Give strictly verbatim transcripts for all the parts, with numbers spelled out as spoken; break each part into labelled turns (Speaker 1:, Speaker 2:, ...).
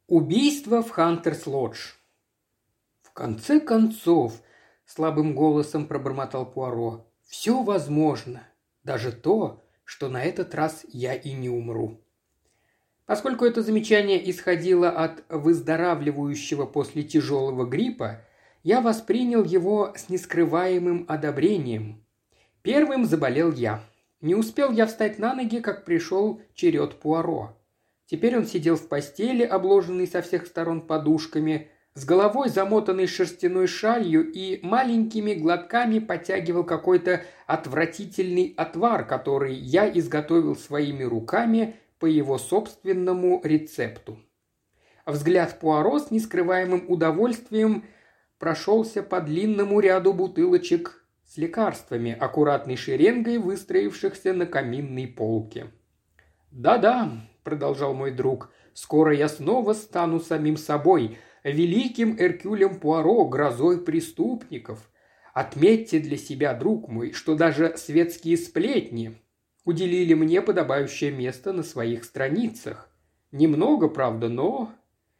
Speaker 1: Убийство в Хантерс-Лодж. В конце концов, слабым голосом пробормотал Пуаро, все возможно, даже то, что на этот раз я и не умру. Поскольку это замечание исходило от выздоравливающего после тяжелого гриппа, я воспринял его с нескрываемым одобрением. Первым заболел я. Не успел я встать на ноги, как пришел черед Пуаро. Теперь он сидел в постели, обложенный со всех сторон подушками, с головой замотанной шерстяной шалью и маленькими глотками потягивал какой-то отвратительный отвар, который я изготовил своими руками по его собственному рецепту. Взгляд Пуаро с нескрываемым удовольствием прошелся по длинному ряду бутылочек с лекарствами, аккуратной шеренгой выстроившихся на каминной полке. «Да-да», – продолжал мой друг, – «скоро я снова стану самим собой, великим Эркюлем Пуаро, грозой преступников. Отметьте для себя, друг мой, что даже светские сплетни уделили мне подобающее место на своих страницах. Немного, правда, но...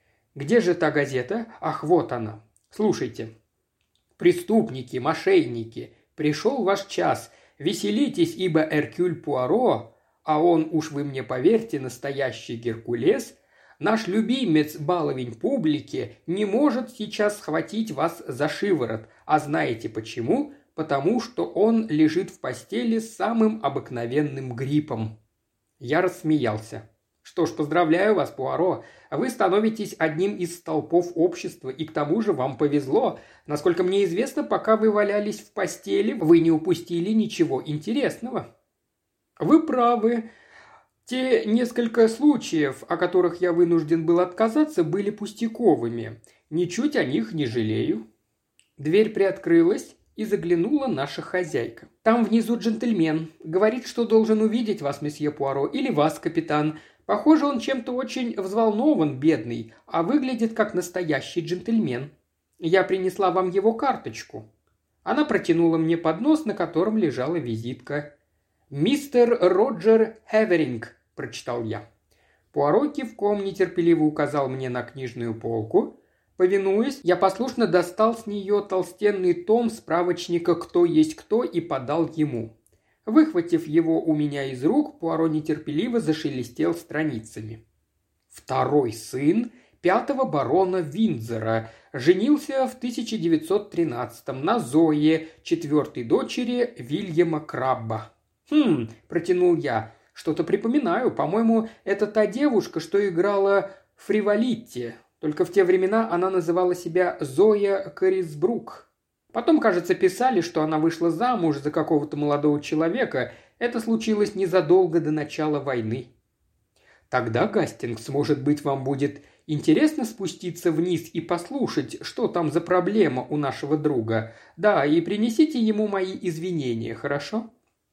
Speaker 1: Где же та газета? Ах, вот она. Слушайте. Преступники, мошенники, пришел ваш час. Веселитесь, ибо Эркюль Пуаро, а он, уж вы мне поверьте, настоящий Геркулес, наш любимец, баловень публики, не может сейчас схватить вас за шиворот. А знаете почему? Потому что он лежит в постели с самым обыкновенным гриппом». Я рассмеялся. «Что ж, поздравляю вас, Пуаро. Вы становитесь одним из столпов общества, и к тому же вам повезло. Насколько мне известно, пока вы валялись в постели, вы не упустили ничего интересного». «Вы правы. Те несколько случаев, о которых я вынужден был отказаться, были пустяковыми. Ничуть о них не жалею». Дверь приоткрылась, и заглянула наша хозяйка. «Там внизу джентльмен. Говорит, что должен увидеть вас, месье Пуаро, или вас, капитан. Похоже, он чем-то очень взволнован, бедный, а выглядит как настоящий джентльмен. Я принесла вам его карточку». Она протянула мне поднос, на котором лежала визитка. «Мистер Роджер Хеверинг», – прочитал я. Пуаро кивком нетерпеливо указал мне на книжную полку. Повинуясь, я послушно достал с нее толстенный том справочника «Кто есть кто» и подал ему. Выхватив его у меня из рук, Пуаро нетерпеливо зашелестел страницами. Второй сын пятого барона Виндзора женился в тысяча девятьсот тринадцатом на Зое, четвертой дочери Вильяма Крабба. «Хм», – протянул я, – «что-то припоминаю. По-моему, это та девушка, что играла в Фриволитте. Только в те времена она называла себя Зоя Корисбрук. Потом, кажется, писали, что она вышла замуж за какого-то молодого человека. Это случилось незадолго до начала войны». «Тогда, Гастингс, может быть, вам будет интересно спуститься вниз и послушать, что там за проблема у нашего друга. Да, и принесите ему мои извинения, хорошо?»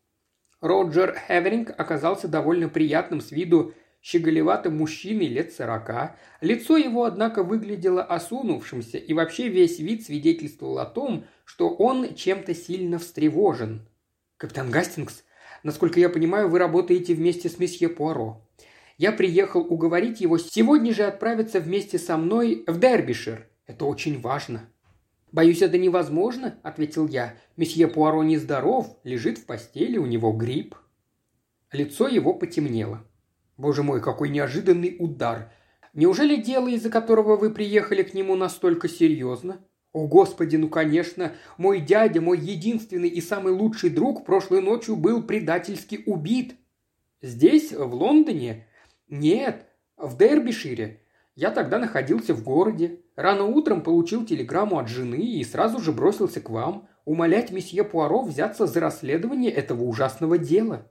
Speaker 1: Роджер Хеверинг оказался довольно приятным с виду щеголеватым мужчиной лет сорока. Лицо его, однако, выглядело осунувшимся, и вообще весь вид свидетельствовал о том, что он чем-то сильно встревожен. «Капитан Гастингс, насколько я понимаю, вы работаете вместе с месье Пуаро. Я приехал уговорить его сегодня же отправиться вместе со мной в Дербишир. Это очень важно». «Боюсь, это невозможно», – ответил я. «Месье Пуаро нездоров, лежит в постели, у него грипп». Лицо его потемнело. «Боже мой, какой неожиданный удар! Неужели дело, из-за которого вы приехали к нему, настолько серьезно? О, Господи, ну, конечно, мой дядя, мой единственный и самый лучший друг, прошлой ночью был предательски убит. Здесь, в Лондоне? Нет, в Дербишире. Я тогда находился в городе. Рано утром получил телеграмму от жены и сразу же бросился к вам, умолять месье Пуаро взяться за расследование этого ужасного дела».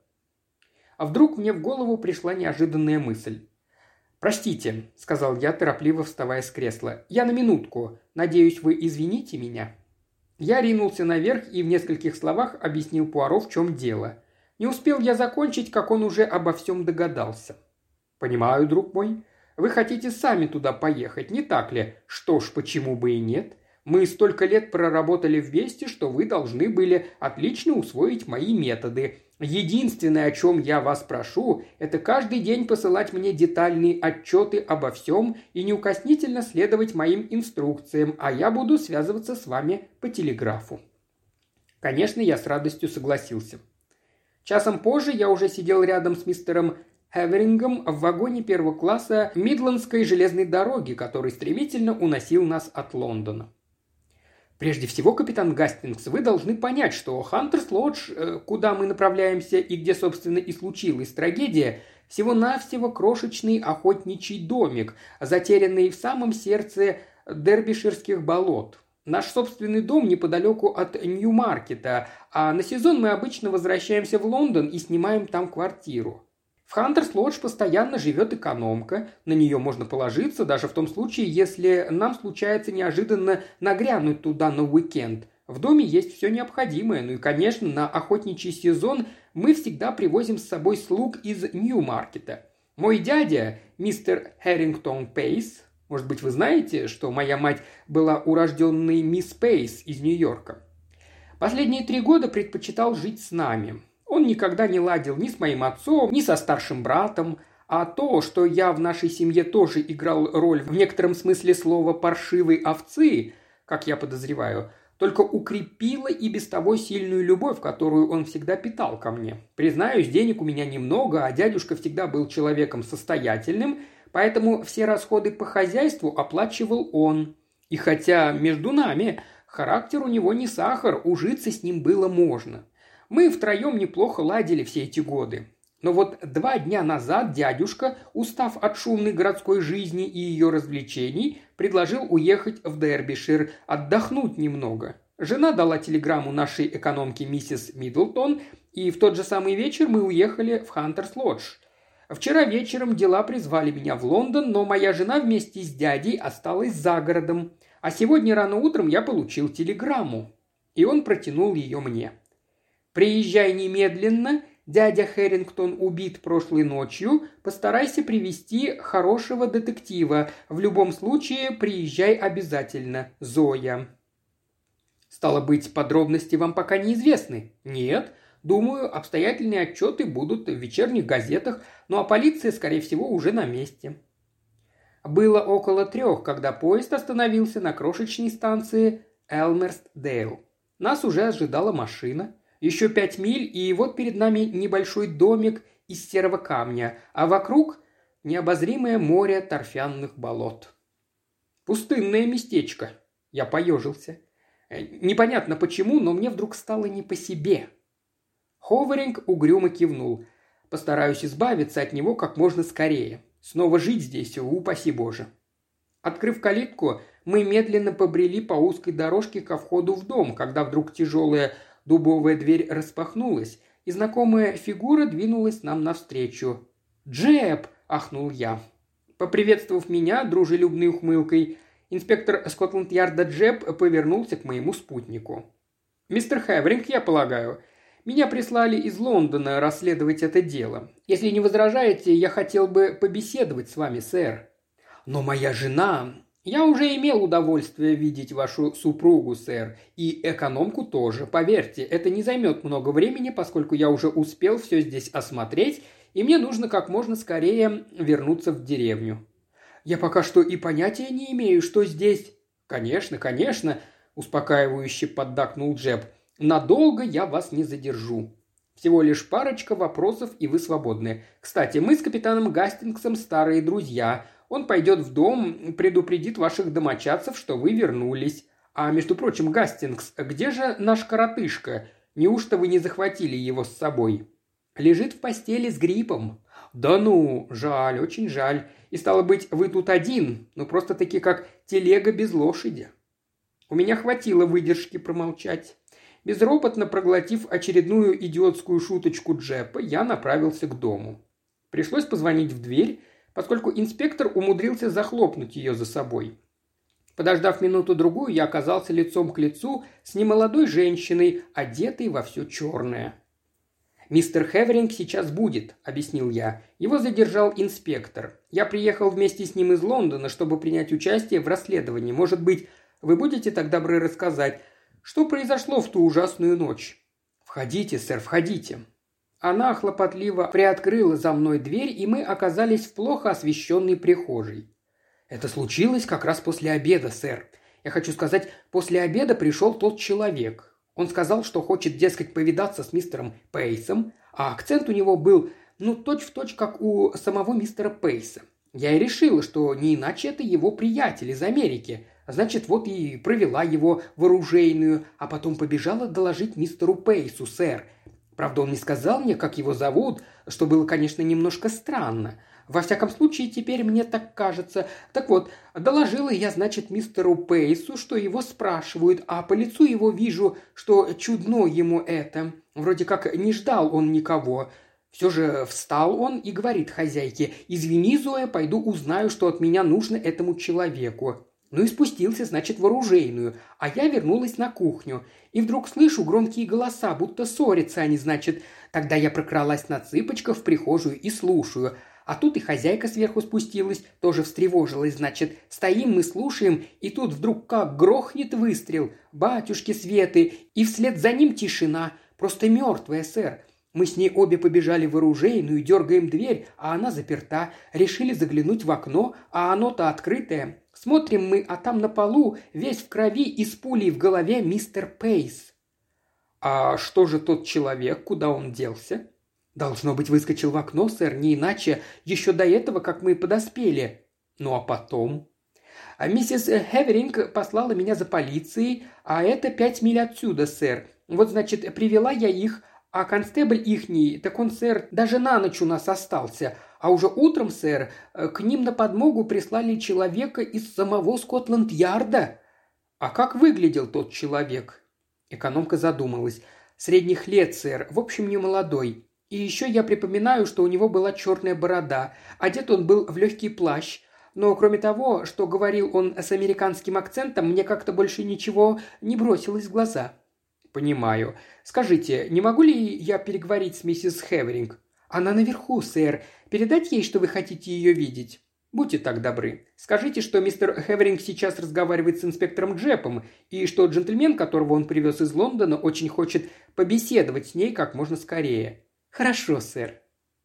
Speaker 1: А вдруг мне в голову пришла неожиданная мысль. «Простите», – сказал я, торопливо вставая с кресла. «Я на минутку. Надеюсь, вы извините меня». Я ринулся наверх и в нескольких словах объяснил Пуаро, в чем дело. Не успел я закончить, как он уже обо всем догадался. «Понимаю, друг мой. Вы хотите сами туда поехать, не так ли? Что ж, почему бы и нет? Мы столько лет проработали вместе, что вы должны были отлично усвоить мои методы. Единственное, о чем я вас прошу, это каждый день посылать мне детальные отчеты обо всем и неукоснительно следовать моим инструкциям, а я буду связываться с вами по телеграфу». Конечно, я с радостью согласился. Часом позже я уже сидел рядом с мистером Хеверингом в вагоне первого класса Мидлендской железной дороги, который стремительно уносил нас от Лондона. «Прежде всего, капитан Гастингс, вы должны понять, что Хантерс-Лодж, куда мы направляемся и где, собственно, и случилась трагедия, всего-навсего крошечный охотничий домик, затерянный в самом сердце дербиширских болот. Наш собственный дом неподалеку от Нью-Маркета, а на сезон мы обычно возвращаемся в Лондон и снимаем там квартиру. В Хантерс-Лодж постоянно живет экономка, на нее можно положиться, даже в том случае, если нам случается неожиданно нагрянуть туда на уикенд. В доме есть все необходимое, ну и, конечно, на охотничий сезон мы всегда привозим с собой слуг из Нью-Маркета. Мой дядя, мистер Хэрингтон Пейс, может быть, вы знаете, что моя мать была урожденной мисс Пейс из Нью-Йорка, последние три года предпочитал жить с нами. Он никогда не ладил ни с моим отцом, ни со старшим братом, а то, что я в нашей семье тоже играл роль в некотором смысле слова паршивой овцы, как я подозреваю, только укрепило и без того сильную любовь, которую он всегда питал ко мне. Признаюсь, денег у меня немного, а дядюшка всегда был человеком состоятельным, поэтому все расходы по хозяйству оплачивал он. И хотя между нами характер у него не сахар, ужиться с ним было можно. Мы втроем неплохо ладили все эти годы. Но вот два дня назад дядюшка, устав от шумной городской жизни и ее развлечений, предложил уехать в Дербишир, отдохнуть немного. Жена дала телеграмму нашей экономке миссис Миддлтон, и в тот же самый вечер мы уехали в Хантерс-Лодж. Вчера вечером дела призвали меня в Лондон, но моя жена вместе с дядей осталась за городом. А сегодня рано утром я получил телеграмму, и он протянул ее мне. «Приезжай немедленно, дядя Хэрингтон убит прошлой ночью, постарайся привести хорошего детектива, в любом случае приезжай обязательно, Зоя». «Стало быть, подробности вам пока неизвестны?» «Нет. Думаю, обстоятельные отчеты будут в вечерних газетах, ну а полиция, скорее всего, уже на месте». Было около трех, когда поезд остановился на крошечной станции Элмерсдейл. Нас уже ожидала машина. Еще пять миль, и вот перед нами небольшой домик из серого камня, а вокруг необозримое море торфяных болот. Пустынное местечко. Я поежился. Непонятно почему, но мне вдруг стало не по себе. Хеверинг угрюмо кивнул. Постараюсь избавиться от него как можно скорее. Снова жить здесь, упаси Боже. Открыв калитку, мы медленно побрели по узкой дорожке ко входу в дом, когда вдруг тяжелая дубовая дверь распахнулась, и знакомая фигура двинулась нам навстречу. «Джеб!» – ахнул я. Поприветствовав меня дружелюбной ухмылкой, инспектор Скотланд-Ярда Джеб повернулся к моему спутнику. «Мистер Хеверинг, я полагаю, меня прислали из Лондона расследовать это дело. Если не возражаете, я хотел бы побеседовать с вами, сэр». «Но моя жена...» «Я уже имел удовольствие видеть вашу супругу, сэр, и экономку тоже. Поверьте, это не займет много времени, поскольку я уже успел все здесь осмотреть, и мне нужно как можно скорее вернуться в деревню». «Я пока что и понятия не имею, что здесь...» «Конечно, конечно», – успокаивающе поддакнул Джеб. «Надолго я вас не задержу. Всего лишь парочка вопросов, и вы свободны. Кстати, мы с капитаном Гастингсом старые друзья. Он пойдет в дом, предупредит ваших домочадцев, что вы вернулись. А, между прочим, Гастингс, где же наш коротышка? Неужто вы не захватили его с собой?» «Лежит в постели с гриппом». «Да ну, жаль, очень жаль. И стало быть, вы тут один, ну просто-таки как телега без лошади». У меня хватило выдержки промолчать. Безропотно проглотив очередную идиотскую шуточку Джепа, я направился к дому. Пришлось позвонить в дверь, поскольку инспектор умудрился захлопнуть ее за собой. Подождав минуту-другую, я оказался лицом к лицу с немолодой женщиной, одетой во все черное. «Мистер Хеверинг сейчас будет», – объяснил я. «Его задержал инспектор. Я приехал вместе с ним из Лондона, чтобы принять участие в расследовании. Может быть, вы будете так добры рассказать, что произошло в ту ужасную ночь?» «Входите, сэр, входите». Она хлопотливо приоткрыла за мной дверь, и мы оказались в плохо освещенной прихожей. «Это случилось как раз после обеда, сэр. Я хочу сказать, после обеда пришел тот человек. Он сказал, что хочет, дескать, повидаться с мистером Пейсом, а акцент у него был, ну, точь-в-точь, как у самого мистера Пейса. Я и решила, что не иначе это его приятель из Америки. Значит, вот и провела его в оружейную, а потом побежала доложить мистеру Пейсу, сэр. Правда, он не сказал мне, как его зовут, что было, конечно, немножко странно. Во всяком случае, теперь мне так кажется. Так вот, доложила я, значит, мистеру Пейсу, что его спрашивают, а по лицу его вижу, что чудно ему это. Вроде как не ждал он никого. Все же встал он и говорит хозяйке: «Извини, Зоя, пойду узнаю, что от меня нужно этому человеку». Ну и спустился, значит, в оружейную, а я вернулась на кухню. И вдруг слышу громкие голоса, будто ссорятся они, значит. Тогда я прокралась на цыпочках в прихожую и слушаю. А тут и хозяйка сверху спустилась, тоже встревожилась, значит. Стоим мы, слушаем, и тут вдруг как грохнет выстрел. Батюшки Светы, и вслед за ним тишина. Просто мертвая, сэр. Мы с ней обе побежали в оружейную, дергаем дверь, а она заперта. Решили заглянуть в окно, а оно-то открытое. Смотрим мы, а там на полу, весь в крови и с пулей в голове, мистер Пейс. А что же тот человек, куда он делся? Должно быть, выскочил в окно, сэр, не иначе, еще до этого, как мы подоспели. Ну а потом? А миссис Хеверинг послала меня за полицией, а это пять миль отсюда, сэр. Вот, значит, привела я их, а констебль ихний, так он, сэр, даже на ночь у нас остался. А уже утром, сэр, к ним на подмогу прислали человека из самого Скотланд-Ярда. А как выглядел тот человек? Экономка задумалась. Средних лет, сэр, в общем, не молодой. И еще я припоминаю, что у него была черная борода. Одет он был в легкий плащ. Но кроме того, что говорил он с американским акцентом, мне как-то больше ничего не бросилось в глаза. «Понимаю. Скажите, не могу ли я переговорить с миссис Хеверинг?» «Она наверху, сэр. Передать ей, что вы хотите ее видеть?» «Будьте так добры. Скажите, что мистер Хеверинг сейчас разговаривает с инспектором Джепом, и что джентльмен, которого он привез из Лондона, очень хочет побеседовать с ней как можно скорее». «Хорошо, сэр».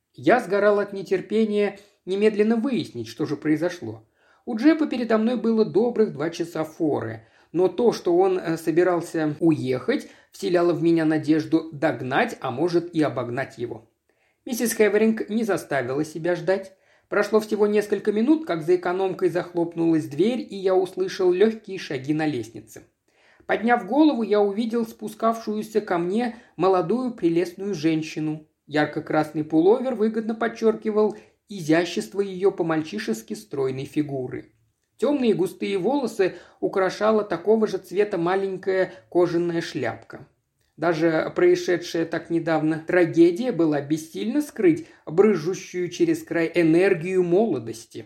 Speaker 1: Я сгорал от нетерпения немедленно выяснить, что же произошло. У Джепа передо мной было добрых два часа форы, но то, что он собирался уехать, вселяло в меня надежду догнать, а может и обогнать его. Миссис Хеверинг не заставила себя ждать. Прошло всего несколько минут, как за экономкой захлопнулась дверь, и я услышал легкие шаги на лестнице. Подняв голову, я увидел спускавшуюся ко мне молодую прелестную женщину. Ярко-красный пуловер выгодно подчеркивал изящество ее по-мальчишески стройной фигуры. Темные густые волосы украшала такого же цвета маленькая кожаная шляпка. Даже происшедшая так недавно трагедия была бессильно скрыть брызжущую через край энергию молодости.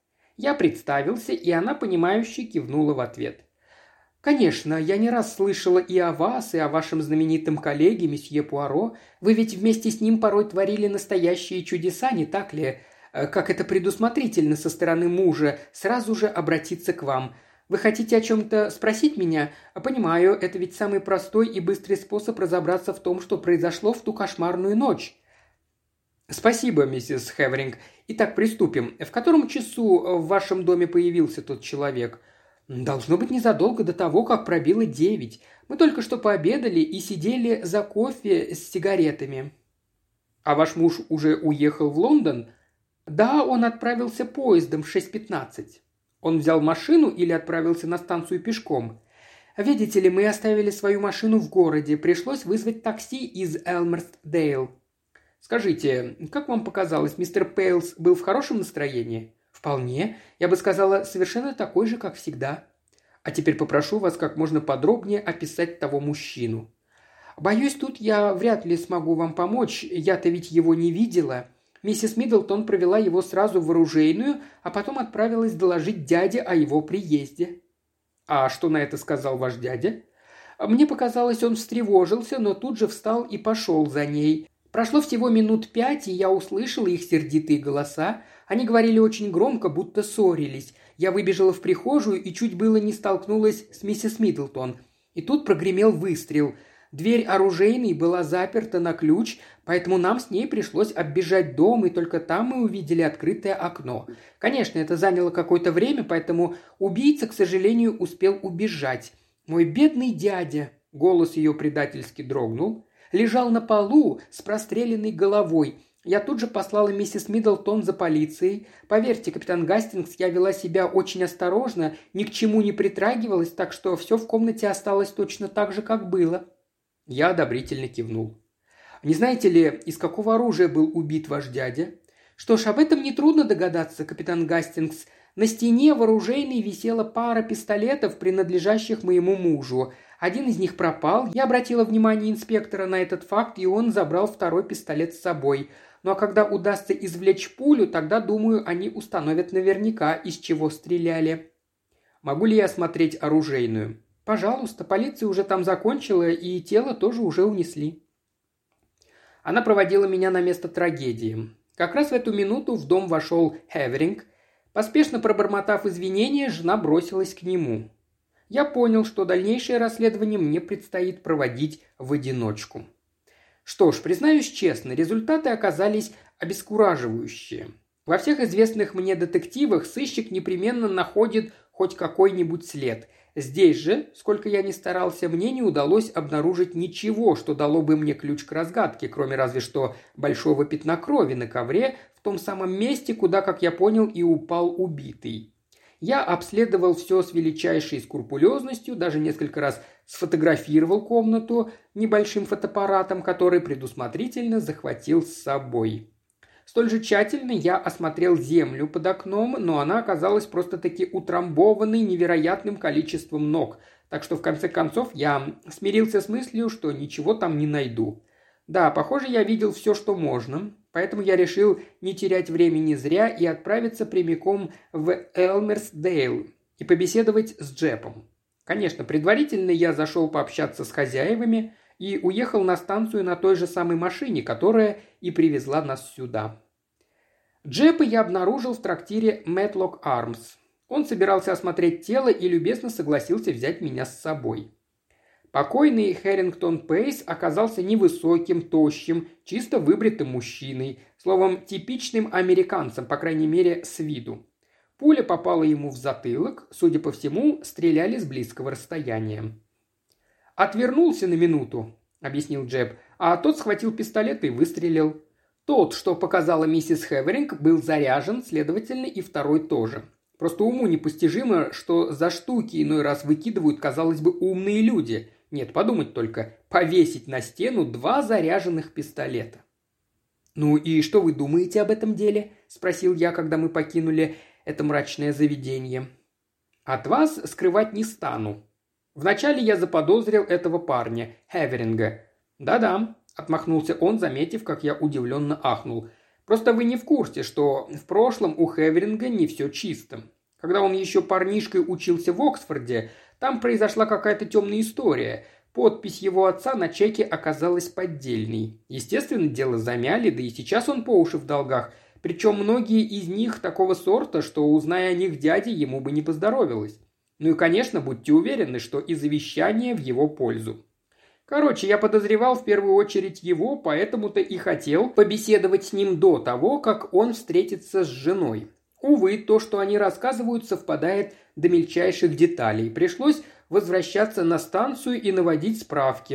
Speaker 1: Я представился, и она, понимающе кивнула в ответ. «Конечно, я не раз слышала и о вас, и о вашем знаменитом коллеге, месье Пуаро. Вы ведь вместе с ним порой творили настоящие чудеса, не так ли? Как это предусмотрительно со стороны мужа сразу же обратиться к вам. Вы хотите о чем-то спросить меня? Понимаю, это ведь самый простой и быстрый способ разобраться в том, что произошло в ту кошмарную ночь». «Спасибо, миссис Хеверинг. Итак, приступим. В котором часу в вашем доме появился тот человек?» «Должно быть незадолго до того, как пробило девять. Мы только что пообедали и сидели за кофе с сигаретами». «А ваш муж уже уехал в Лондон?» «Да, он отправился поездом в шесть пятнадцать». «Он взял машину или отправился на станцию пешком?» «Видите ли, мы оставили свою машину в городе. Пришлось вызвать такси из Элмерсдейл». «Скажите, как вам показалось, мистер Пейлс был в хорошем настроении?» «Вполне. Я бы сказала, совершенно такой же, как всегда». «А теперь попрошу вас как можно подробнее описать того мужчину». «Боюсь, тут я вряд ли смогу вам помочь. Я-то ведь его не видела. Миссис Миддлтон провела его сразу в оружейную, а потом отправилась доложить дяде о его приезде». «А что на это сказал ваш дядя?» «Мне показалось, он встревожился, но тут же встал и пошел за ней. Прошло всего минут пять, и я услышала их сердитые голоса. Они говорили очень громко, будто ссорились. Я выбежала в прихожую и чуть было не столкнулась с миссис Миддлтон. И тут прогремел выстрел. Дверь оружейной была заперта на ключ, поэтому нам с ней пришлось оббежать дом, и только там мы увидели открытое окно. Конечно, это заняло какое-то время, поэтому убийца, к сожалению, успел убежать. Мой бедный дядя, голос ее предательски дрогнул, лежал на полу с простреленной головой. Я тут же послала миссис Миддлтон за полицией. Поверьте, капитан Гастингс, я вела себя очень осторожно, ни к чему не притрагивалась, так что все в комнате осталось точно так же, как было». Я одобрительно кивнул. «Не знаете ли, из какого оружия был убит ваш дядя?» «Что ж, об этом нетрудно догадаться, капитан Гастингс. На стене в оружейной висела пара пистолетов, принадлежащих моему мужу. Один из них пропал. Я обратила внимание инспектора на этот факт, и он забрал второй пистолет с собой. Ну а когда удастся извлечь пулю, тогда, думаю, они установят наверняка, из чего стреляли». «Могу ли я осмотреть оружейную?» «Пожалуйста, полиция уже там закончила, и тело тоже уже унесли». Она проводила меня на место трагедии. Как раз в эту минуту в дом вошел Хеверинг. Поспешно пробормотав извинения, жена бросилась к нему. Я понял, что дальнейшее расследование мне предстоит проводить в одиночку. Что ж, признаюсь честно, результаты оказались обескураживающие. Во всех известных мне детективах сыщик непременно находит хоть какой-нибудь след. Здесь же, сколько я ни старался, мне не удалось обнаружить ничего, что дало бы мне ключ к разгадке, кроме разве что большого пятна крови на ковре в том самом месте, куда, как я понял, и упал убитый. Я обследовал все с величайшей скрупулезностью, даже несколько раз сфотографировал комнату небольшим фотоаппаратом, который предусмотрительно захватил с собой. Столь же тщательно я осмотрел землю под окном, но она оказалась просто-таки утрамбованной невероятным количеством ног, так что в конце концов я смирился с мыслью, что ничего там не найду. Да, похоже, я видел все, что можно, поэтому я решил не терять времени зря и отправиться прямиком в Элмерсдейл и побеседовать с Джепом. Конечно, предварительно я зашел пообщаться с хозяевами и уехал на станцию на той же самой машине, которая и привезла нас сюда. Джепа я обнаружил в трактире Matlock Arms. Он собирался осмотреть тело и любезно согласился взять меня с собой. Покойный Хэрингтон Пейс оказался невысоким, тощим, чисто выбритым мужчиной, словом, типичным американцем, по крайней мере, с виду. Пуля попала ему в затылок, судя по всему, стреляли с близкого расстояния. «Отвернулся на минуту», — объяснил Джеб, а тот схватил пистолет и выстрелил. Тот, что показала миссис Хеверинг, был заряжен, следовательно, и второй тоже. Просто уму непостижимо, что за штуки иной раз выкидывают, казалось бы, умные люди. Нет, подумать только, повесить на стену два заряженных пистолета. «Ну и что вы думаете об этом деле?» – спросил я, когда мы покинули это мрачное заведение. «От вас скрывать не стану. Вначале я заподозрил этого парня, Хеверинга. Да-да», – отмахнулся он, заметив, как я удивленно ахнул. «Просто вы не в курсе, что в прошлом у Хеверинга не все чисто. Когда он еще парнишкой учился в Оксфорде, там произошла какая-то темная история. Подпись его отца на чеке оказалась поддельной. Естественно, дело замяли, да и сейчас он по уши в долгах. Причем многие из них такого сорта, что, узная о них дяде, ему бы не поздоровилось. Ну и, конечно, будьте уверены, что и завещание в его пользу. Короче, я подозревал в первую очередь его, поэтому-то и хотел побеседовать с ним до того, как он встретится с женой. Увы, то, что они рассказывают, совпадает до мельчайших деталей. Пришлось возвращаться на станцию и наводить справки.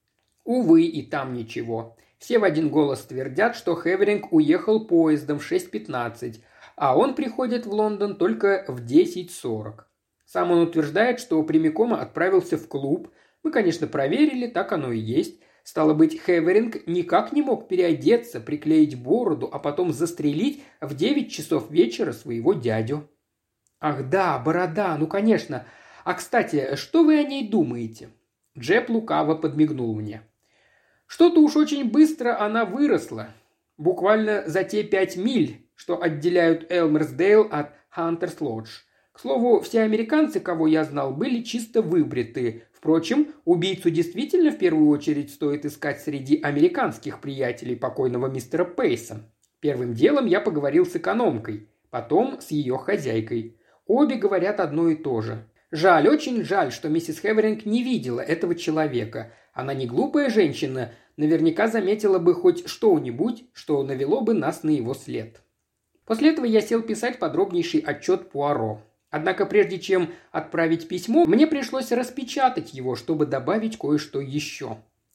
Speaker 1: Увы, и там ничего. Все в один голос твердят, что Хеверинг уехал поездом в шесть пятнадцать, а он приходит в Лондон только в десять сорок. Сам он утверждает, что прямиком отправился в клуб. Мы, конечно, проверили, так оно и есть. Стало быть, Хеверинг никак не мог переодеться, приклеить бороду, а потом застрелить в девять часов вечера своего дядю. «Ах да, борода, ну конечно. А, кстати, что вы о ней думаете?» Джеб лукаво подмигнул мне. «Что-то уж очень быстро она выросла. Буквально за те пять миль, что отделяют Элмерсдейл от Хантерс-Лодж. К слову, все американцы, кого я знал, были чисто выбриты. Впрочем, убийцу действительно в первую очередь стоит искать среди американских приятелей покойного мистера Пейса. Первым делом я поговорил с экономкой, потом с ее хозяйкой. Обе говорят одно и то же. Жаль, очень жаль, что миссис Хеверинг не видела этого человека. Она не глупая женщина, наверняка заметила бы хоть что-нибудь, что навело бы нас на его след. После этого я сел писать подробнейший отчет Пуаро. Однако прежде чем отправить письмо, мне пришлось распечатать его, чтобы добавить кое-что еще.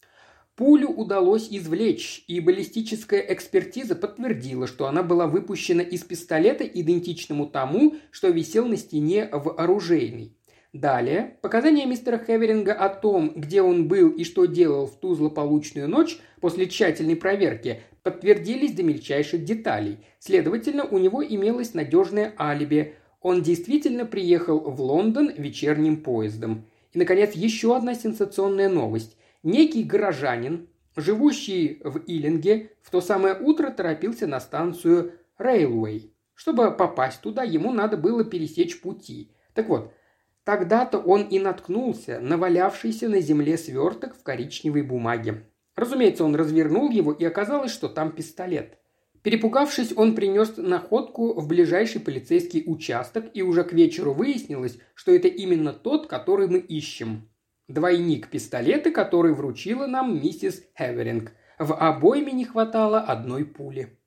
Speaker 1: Пулю удалось извлечь, и баллистическая экспертиза подтвердила, что она была выпущена из пистолета, идентичному тому, что висел на стене в оружейной. Далее, показания мистера Хеверинга о том, где он был и что делал в ту злополучную ночь после тщательной проверки, подтвердились до мельчайших деталей. Следовательно, у него имелось надежное алиби. Он действительно приехал в Лондон вечерним поездом. И, наконец, еще одна сенсационная новость. Некий горожанин, живущий в Иллинге, в то самое утро торопился на станцию Рейлвей. Чтобы попасть туда, ему надо было пересечь пути. Так вот, тогда-то он и наткнулся на валявшийся на земле сверток в коричневой бумаге. Разумеется, он развернул его, и оказалось, что там пистолет. Перепугавшись, он принес находку в ближайший полицейский участок, и уже к вечеру выяснилось, что это именно тот, который мы ищем. Двойник пистолета, который вручила нам миссис Хеверинг. В обойме не хватало одной пули.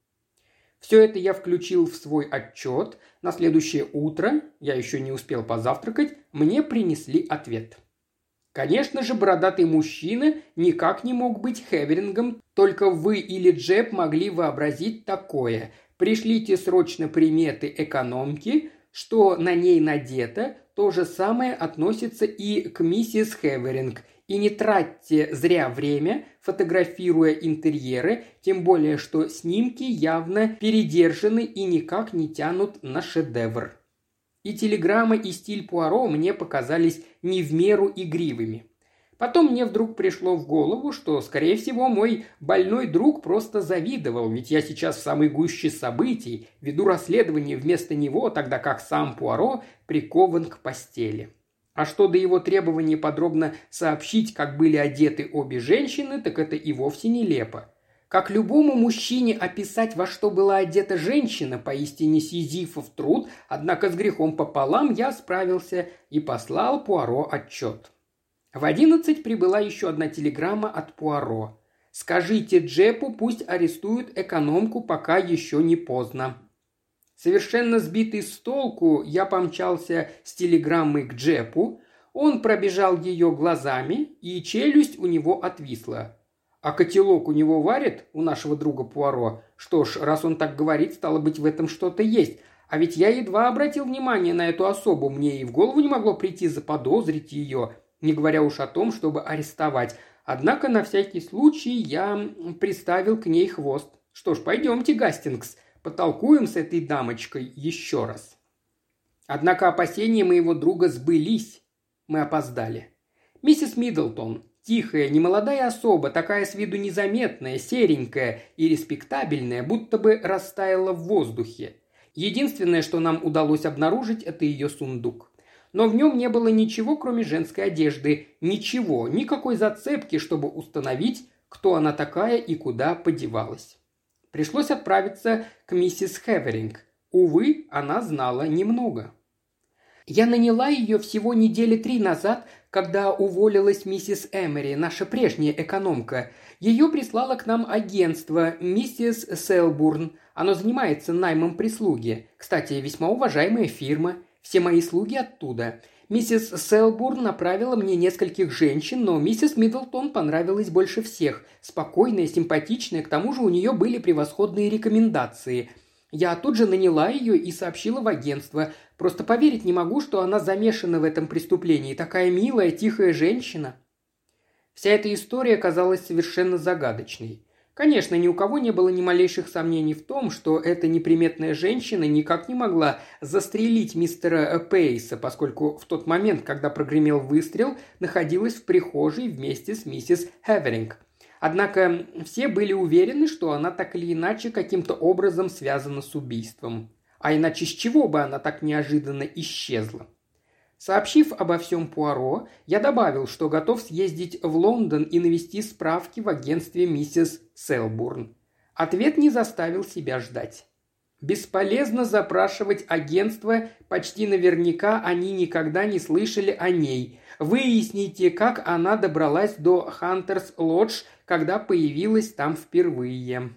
Speaker 1: Все это я включил в свой отчет. На следующее утро, я еще не успел позавтракать, мне принесли ответ. Конечно же, бородатый мужчина никак не мог быть Хеверингом, только вы или Джеб могли вообразить такое. Пришлите срочно приметы экономки, что на ней надето, то же самое относится и к миссис Хеверинг. И не тратьте зря время, фотографируя интерьеры, тем более, что снимки явно передержаны и никак не тянут на шедевр. И телеграмма, и стиль Пуаро мне показались не в меру игривыми. Потом мне вдруг пришло в голову, что, скорее всего, мой больной друг просто завидовал, ведь я сейчас в самой гуще событий веду расследование вместо него, тогда как сам Пуаро прикован к постели. А что до его требования подробно сообщить, как были одеты обе женщины, так это и вовсе нелепо. Как любому мужчине описать, во что была одета женщина, поистине сизифов труд, однако с грехом пополам я справился и послал Пуаро отчет. В одиннадцать прибыла еще одна телеграмма от Пуаро. «Скажите Джепу, пусть арестуют экономку, пока еще не поздно». Совершенно сбитый с толку, я помчался с телеграммой к Джепу. Он пробежал ее глазами, и челюсть у него отвисла. А котелок у него варит, у нашего друга Пуаро? Что ж, раз он так говорит, стало быть, в этом что-то есть. А ведь я едва обратил внимание на эту особу, мне и в голову не могло прийти заподозрить ее, не говоря уж о том, чтобы арестовать. Однако на всякий случай я приставил к ней хвост. Что ж, пойдемте, Гастингс, потолкуем с этой дамочкой еще раз. Однако опасения моего друга сбылись. Мы опоздали. Миссис Миддлтон, тихая, немолодая особа, такая с виду незаметная, серенькая и респектабельная, будто бы растаяла в воздухе. Единственное, что нам удалось обнаружить, это ее сундук. Но в нем не было ничего, кроме женской одежды. Ничего, никакой зацепки, чтобы установить, кто она такая и куда подевалась. Пришлось отправиться к миссис Хеверинг. Увы, она знала немного. Я наняла ее всего недели три назад, когда уволилась миссис Эмери, наша прежняя экономка. Ее прислало к нам агентство миссис Селбурн. Оно занимается наймом прислуги. Кстати, весьма уважаемая фирма. Все мои слуги оттуда. Миссис Селбурн направила мне нескольких женщин, но миссис Миддлтон понравилась больше всех. Спокойная, симпатичная, к тому же у нее были превосходные рекомендации. Я тут же наняла ее и сообщила в агентство. Просто поверить не могу, что она замешана в этом преступлении. Такая милая, тихая женщина. Вся эта история казалась совершенно загадочной. Конечно, ни у кого не было ни малейших сомнений в том, что эта неприметная женщина никак не могла застрелить мистера Пейса, поскольку в тот момент, когда прогремел выстрел, находилась в прихожей вместе с миссис Хеверинг. Однако все были уверены, что она так или иначе каким-то образом связана с убийством. А иначе с чего бы она так неожиданно исчезла? Сообщив обо всем Пуаро, я добавил, что готов съездить в Лондон и навести справки в агентстве миссис Селбурн. Ответ не заставил себя ждать. Бесполезно запрашивать агентство, почти наверняка они никогда не слышали о ней. Выясните, как она добралась до Хантерс Лодж, когда появилась там впервые».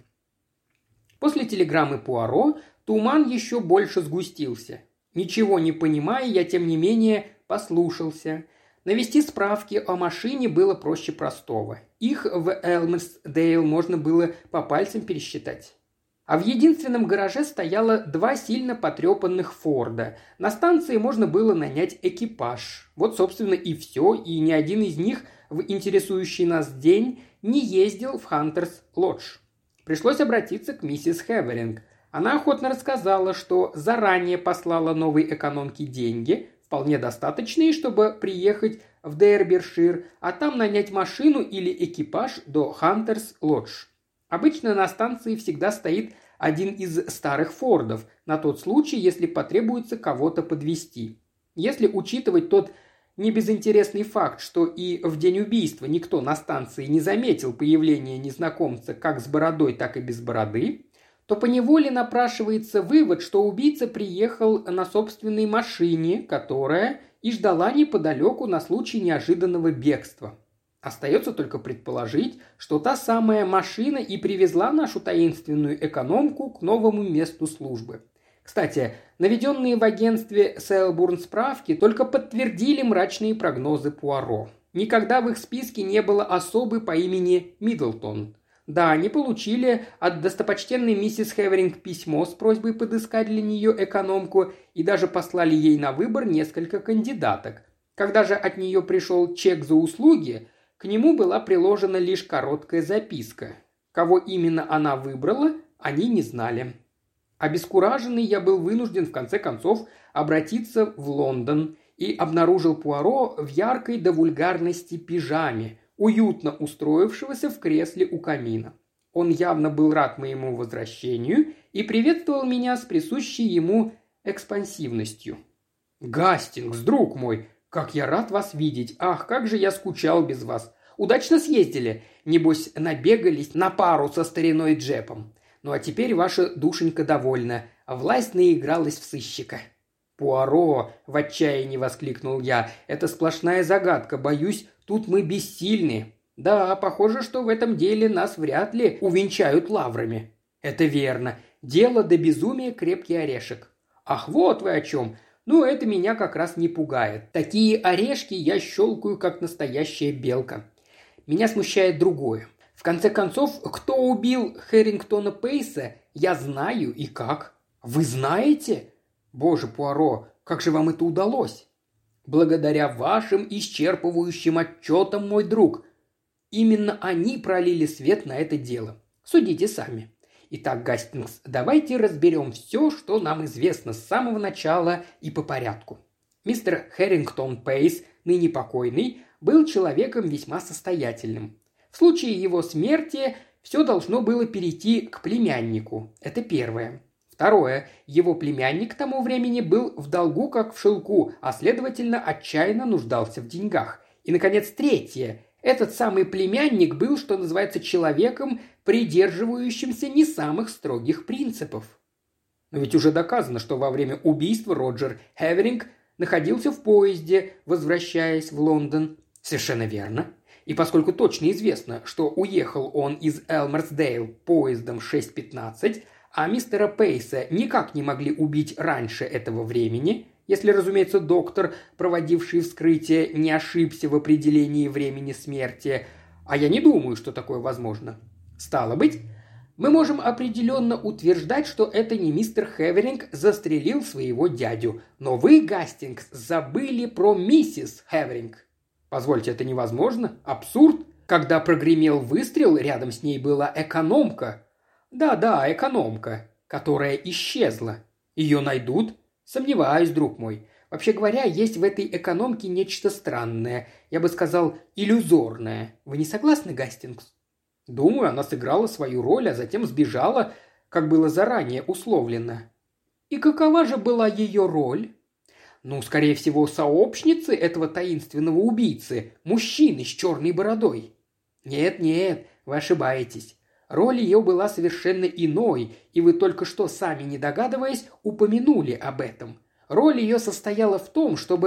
Speaker 1: После телеграммы Пуаро туман еще больше сгустился. Ничего не понимая, я, тем не менее, послушался. Навести справки о машине было проще простого. Их в Элмерсдейл можно было по пальцам пересчитать. А в единственном гараже стояло два сильно потрепанных Форда. На станции можно было нанять экипаж. Вот, собственно, и все, и ни один из них в интересующий нас день не ездил в Хантерс Лодж. Пришлось обратиться к миссис Хеверинг. Она охотно рассказала, что заранее послала новой экономке деньги, вполне достаточные, чтобы приехать в Дейрбишир, а там нанять машину или экипаж до Хантерс Лодж. Обычно на станции всегда стоит один из старых Фордов, на тот случай, если потребуется кого-то подвезти. Если учитывать тот небезынтересный факт, что и в день убийства никто на станции не заметил появления незнакомца как с бородой, так и без бороды, то поневоле напрашивается вывод, что убийца приехал на собственной машине, которая и ждала неподалеку на случай неожиданного бегства. Остается только предположить, что та самая машина и привезла нашу таинственную экономку к новому месту службы. Кстати, наведенные в агентстве Селбурн справки только подтвердили мрачные прогнозы Пуаро. Никогда в их списке не было особы по имени Миддлтон. Да, они получили от достопочтенной миссис Хеверинг письмо с просьбой подыскать для нее экономку и даже послали ей на выбор несколько кандидаток. Когда же от нее пришел чек за услуги, к нему была приложена лишь короткая записка. Кого именно она выбрала, они не знали. Обескураженный я был вынужден в конце концов обратиться в Лондон и обнаружил Пуаро в яркой до вульгарности пижаме, уютно устроившегося в кресле у камина. Он явно был рад моему возвращению и приветствовал меня с присущей ему экспансивностью. «Гастингс, друг мой, как я рад вас видеть! Ах, как же я скучал без вас! Удачно съездили! Небось, набегались на пару со стариной Джепом. Ну а теперь ваша душенька довольна. Власть наигралась в сыщика». «Пуаро!» – в отчаянии воскликнул я. «Это сплошная загадка. Боюсь, тут мы бессильны. Да, похоже, что в этом деле нас вряд ли увенчают лаврами». «Это верно. Дело до безумия крепкий орешек». «Ах, вот вы о чем. Ну, это меня как раз не пугает. Такие орешки я щелкаю, как настоящая белка. Меня смущает другое. В конце концов, кто убил Хэрингтона Пейса, я знаю и как». «Вы знаете?» «Боже, Пуаро, как же вам это удалось?» «Благодаря вашим исчерпывающим отчетам, мой друг. Именно они пролили свет на это дело. Судите сами. Итак, Гастингс, давайте разберем все, что нам известно с самого начала и по порядку. Мистер Хэрингтон Пейс, ныне покойный, был человеком весьма состоятельным. В случае его смерти все должно было перейти к племяннику. Это первое. Второе. Его племянник к тому времени был в долгу как в шелку, а следовательно отчаянно нуждался в деньгах. И, наконец, третье. Этот самый племянник был, что называется, человеком, придерживающимся не самых строгих принципов. Но ведь уже доказано, что во время убийства Роджер Хеверинг находился в поезде, возвращаясь в Лондон. Совершенно верно. И поскольку точно известно, что уехал он из Элмерсдейл поездом шесть пятнадцать, а мистера Пейса никак не могли убить раньше этого времени, если, разумеется, доктор, проводивший вскрытие, не ошибся в определении времени смерти, а я не думаю, что такое возможно. Стало быть, мы можем определенно утверждать, что это не мистер Хеверинг застрелил своего дядю, но вы, Гастингс, забыли про миссис Хеверинг. Позвольте, это невозможно? Абсурд? Когда прогремел выстрел, рядом с ней была экономка. Да-да, экономка, которая исчезла. Ее найдут? Сомневаюсь, друг мой. Вообще говоря, есть в этой экономке нечто странное, я бы сказал, иллюзорное. Вы не согласны, Гастингс? Думаю, она сыграла свою роль, а затем сбежала, как было заранее условлено. И какова же была ее роль? Ну, скорее всего, сообщницы этого таинственного убийцы, мужчины с черной бородой. Нет-нет, вы ошибаетесь. Роль ее была совершенно иной, и вы только что, сами не догадываясь, упомянули об этом. Роль ее состояла в том, чтобы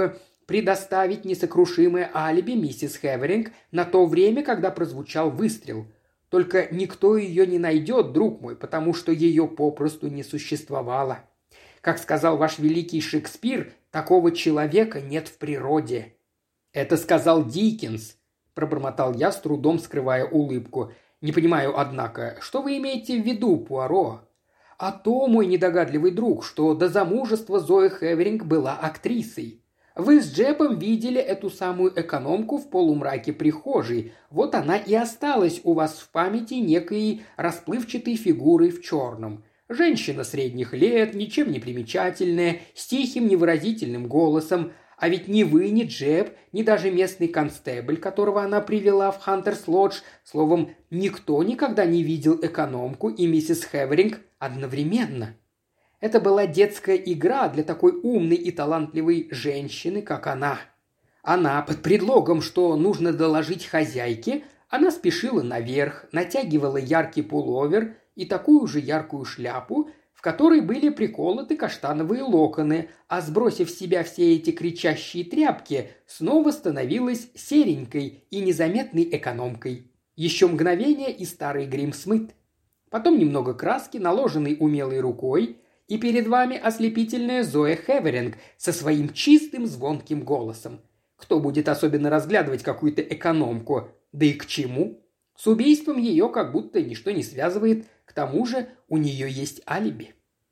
Speaker 1: предоставить несокрушимое алиби миссис Хеверинг на то время, когда прозвучал выстрел. Только никто ее не найдет, друг мой, потому что ее попросту не существовало. Как сказал ваш великий Шекспир, такого человека нет в природе». «Это сказал Диккенс», – пробормотал я, с трудом скрывая улыбку. «Не понимаю, однако, что вы имеете в виду, Пуаро?» «А то, мой недогадливый друг, что до замужества Зоя Хеверинг была актрисой. Вы с Джепом видели эту самую экономку в полумраке прихожей. Вот она и осталась у вас в памяти некой расплывчатой фигурой в черном. Женщина средних лет, ничем не примечательная, с тихим невыразительным голосом. А ведь ни вы, ни Джеб, ни даже местный констебль, которого она привела в Хантерс-Лодж, словом, никто никогда не видел экономку и миссис Хеверинг одновременно. Это была детская игра для такой умной и талантливой женщины, как она. Она, под предлогом, что нужно доложить хозяйке, она спешила наверх, натягивала яркий пуловер и такую же яркую шляпу, в которой были приколоты каштановые локоны, а сбросив с себя все эти кричащие тряпки, снова становилась серенькой и незаметной экономкой. Еще мгновение, и старый грим смыт. Потом немного краски, наложенной умелой рукой, и перед вами ослепительная Зоя Хеверинг со своим чистым звонким голосом. Кто будет особенно разглядывать какую-то экономку? Да и к чему? С убийством ее как будто ничто не связывает, к тому же у нее есть алиби.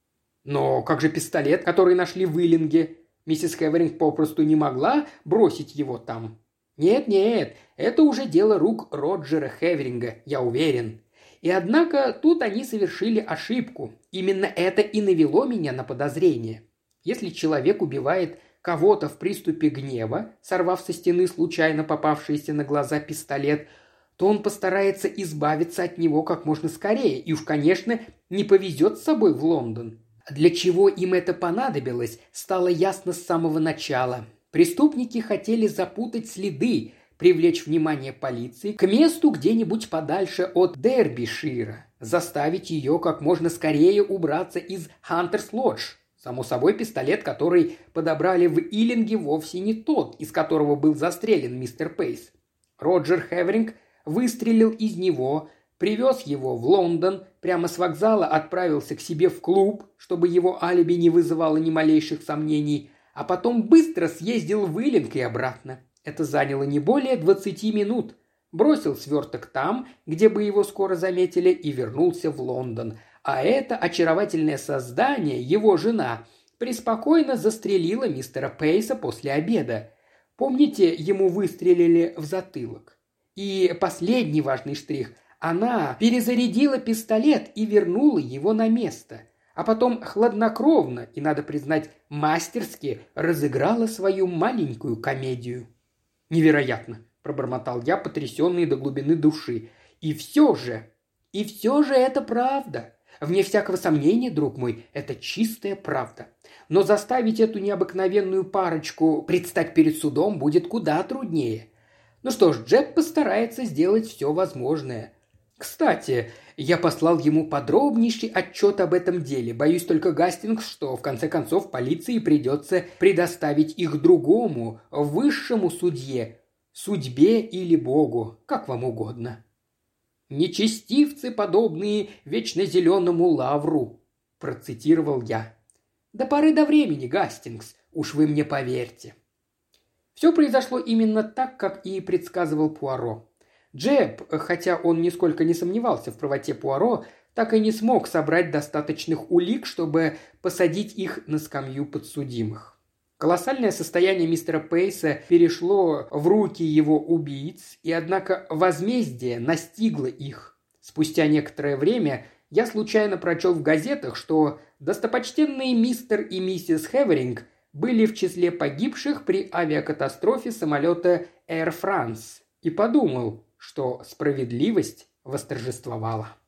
Speaker 1: Но как же пистолет, который нашли в Иллинге? Миссис Хеверинг попросту не могла бросить его там. Нет-нет, это уже дело рук Роджера Хеверинга, я уверен. И однако тут они совершили ошибку. Именно это и навело меня на подозрение. Если человек убивает кого-то в приступе гнева, сорвав со стены случайно попавшийся на глаза пистолет, то он постарается избавиться от него как можно скорее и уж, конечно, не повезет с собой в Лондон. Для чего им это понадобилось, стало ясно с самого начала. Преступники хотели запутать следы, привлечь внимание полиции к месту где-нибудь подальше от Дербишира, заставить ее как можно скорее убраться из Хантерс-Лодж. Само собой, пистолет, который подобрали в Иллинге, вовсе не тот, из которого был застрелен мистер Пейс. Роджер Хеверинг выстрелил из него, привез его в Лондон, прямо с вокзала отправился к себе в клуб, чтобы его алиби не вызывало ни малейших сомнений, а потом быстро съездил в Иллинг и обратно. Это заняло не более двадцати минут. Бросил сверток там, где бы его скоро заметили, и вернулся в Лондон. А это очаровательное создание, его жена, преспокойно застрелила мистера Пейса после обеда. Помните, ему выстрелили в затылок? И последний важный штрих. Она перезарядила пистолет и вернула его на место. А потом хладнокровно и, надо признать, мастерски разыграла свою маленькую комедию. «Невероятно!» – пробормотал я, потрясенный до глубины души. «И все же, и все же это правда. Вне всякого сомнения, друг мой, это чистая правда. Но заставить эту необыкновенную парочку предстать перед судом будет куда труднее. Ну что ж, Джеб постарается сделать все возможное. Кстати, я послал ему подробнейший отчет об этом деле. Боюсь только, Гастингс, что в конце концов полиции придется предоставить их другому, высшему судье, судьбе или Богу, как вам угодно». «Нечестивцы, подобные вечно зеленому лавру», – процитировал я. «До поры до времени, Гастингс, уж вы мне поверьте». Все произошло именно так, как и предсказывал Пуаро. Джеб, хотя он нисколько не сомневался в правоте Пуаро, так и не смог собрать достаточных улик, чтобы посадить их на скамью подсудимых. Колоссальное состояние мистера Пейса перешло в руки его убийц, и однако возмездие настигло их. Спустя некоторое время я случайно прочел в газетах, что достопочтенные мистер и миссис Хеверинг были в числе погибших при авиакатастрофе самолета Air France, и подумал, что справедливость восторжествовала.